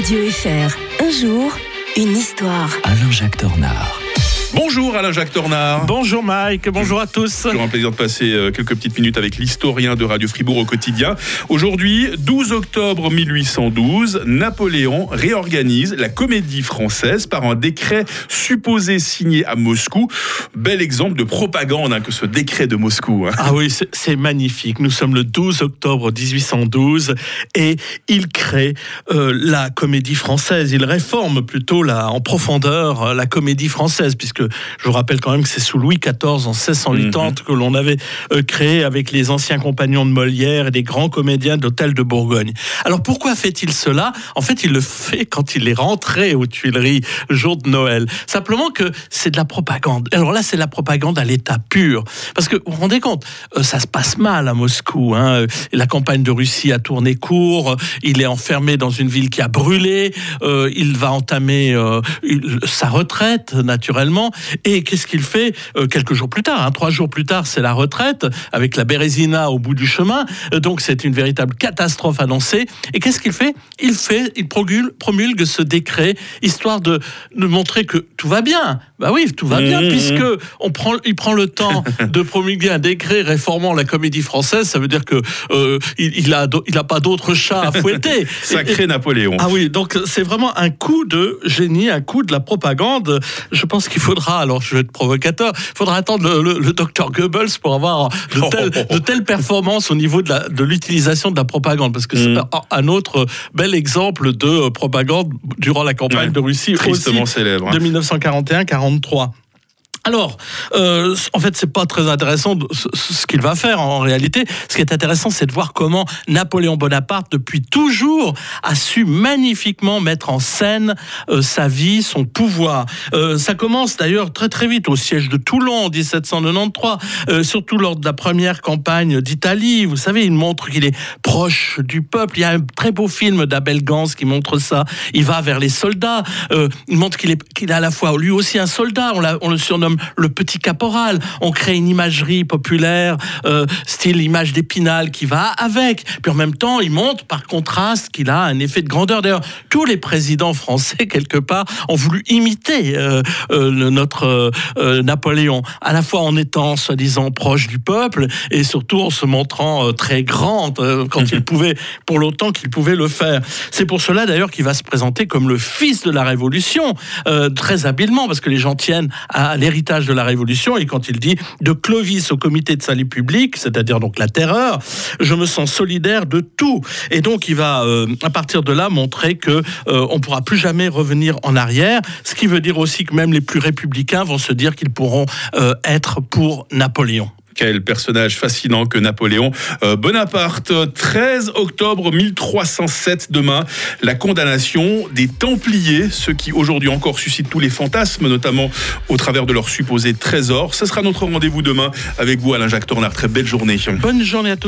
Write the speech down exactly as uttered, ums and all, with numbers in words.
Radio F R, un jour, une histoire. Alain-Jacques Tornard. Bonjour Alain-Jacques Tornard. Bonjour Mike, bonjour à tous. Toujours un plaisir de passer quelques petites minutes avec l'historien de Radio Fribourg au quotidien. Aujourd'hui, douze octobre mille huit cent douze, Napoléon réorganise la Comédie Française par un décret supposé signé à Moscou. Bel exemple de propagande hein, que ce décret de Moscou. Hein. Ah oui, c'est, c'est magnifique. Nous sommes le douze octobre mille huit cent douze et il crée euh, la Comédie Française. Il réforme plutôt la, en profondeur euh, la Comédie Française, puisque je vous rappelle quand même que c'est sous Louis quatorze en seize cent quatre-vingt-dix mmh. que l'on avait euh, créé avec les anciens compagnons de Molière et des grands comédiens d'Hôtel de Bourgogne. Alors pourquoi fait-il cela ? En fait, il le fait quand il est rentré aux Tuileries le jour de Noël. Simplement que c'est de la propagande. Alors là, c'est de la propagande à l'état pur. Parce que vous vous rendez compte, euh, ça se passe mal à Moscou. Hein. La campagne de Russie a tourné court. Il est enfermé dans une ville qui a brûlé. Euh, il va entamer euh, sa retraite, naturellement. Et qu'est-ce qu'il fait euh, quelques jours plus tard hein, Trois jours plus tard, c'est la retraite, avec la Bérésina au bout du chemin. Euh, donc, c'est une véritable catastrophe annoncée. Et qu'est-ce qu'il fait Il fait, il promulgue, promulgue ce décret, histoire de, de montrer que tout va bien. Bah oui, tout va bien, mmh, puisque on prend, il prend le temps de promulguer un décret réformant la Comédie Française. Ça veut dire que euh, il, il a, il a pas d'autre chat à fouetter. Sacré et, Napoléon. Ah oui, donc c'est vraiment un coup de génie, un coup de la propagande. Je pense qu'il faudra, alors je vais être provocateur, il faudra attendre le, le, le docteur Goebbels pour avoir de telles, de telles performances au niveau de, la, de l'utilisation de la propagande, parce que c'est mmh. un autre bel exemple de propagande durant la campagne ouais, de Russie, tristement célèbre, hein. de dix-neuf cent quarante et un quarante-trois. Alors, euh, en fait, c'est pas très intéressant de, ce, ce qu'il va faire en réalité. Ce qui est intéressant, c'est de voir comment Napoléon Bonaparte, depuis toujours, a su magnifiquement mettre en scène euh, sa vie, son pouvoir. Euh, ça commence d'ailleurs très très vite au siège de Toulon en dix-sept cent quatre-vingt-treize, euh, surtout lors de la première campagne d'Italie. Vous savez, il montre qu'il est proche du peuple. Il y a un très beau film d'Abel Gans qui montre ça. Il va vers les soldats. Euh, il montre qu'il est, qu'il est à la fois lui aussi un soldat. On, l'a, on le surnomme le petit caporal. On crée une imagerie populaire, euh, style image d'Épinal qui va avec. Puis en même temps, il montre par contraste qu'il a un effet de grandeur. D'ailleurs, tous les présidents français, quelque part, ont voulu imiter euh, euh, le, notre euh, Napoléon, à la fois en étant, soi-disant, proche du peuple et surtout en se montrant euh, très grand euh, quand mmh. il pouvait, pour l'autant qu'il pouvait le faire. C'est pour cela, d'ailleurs, qu'il va se présenter comme le fils de la Révolution, euh, très habilement, parce que les gens tiennent à l'héritage de la Révolution, et quand il dit de Clovis au comité de salut public, c'est-à-dire donc la terreur, je me sens solidaire de tout. Et donc il va euh, à partir de là montrer que euh, on pourra plus jamais revenir en arrière, ce qui veut dire aussi que même les plus républicains vont se dire qu'ils pourront euh, être pour Napoléon. Quel personnage fascinant que Napoléon euh, Bonaparte. treize octobre mille trois cent sept, demain, la condamnation des Templiers, ceux qui aujourd'hui encore suscitent tous les fantasmes, notamment au travers de leur supposé trésor. Ce sera notre rendez-vous demain avec vous, Alain-Jacques Tornard. Très belle journée. Bonne journée à tous.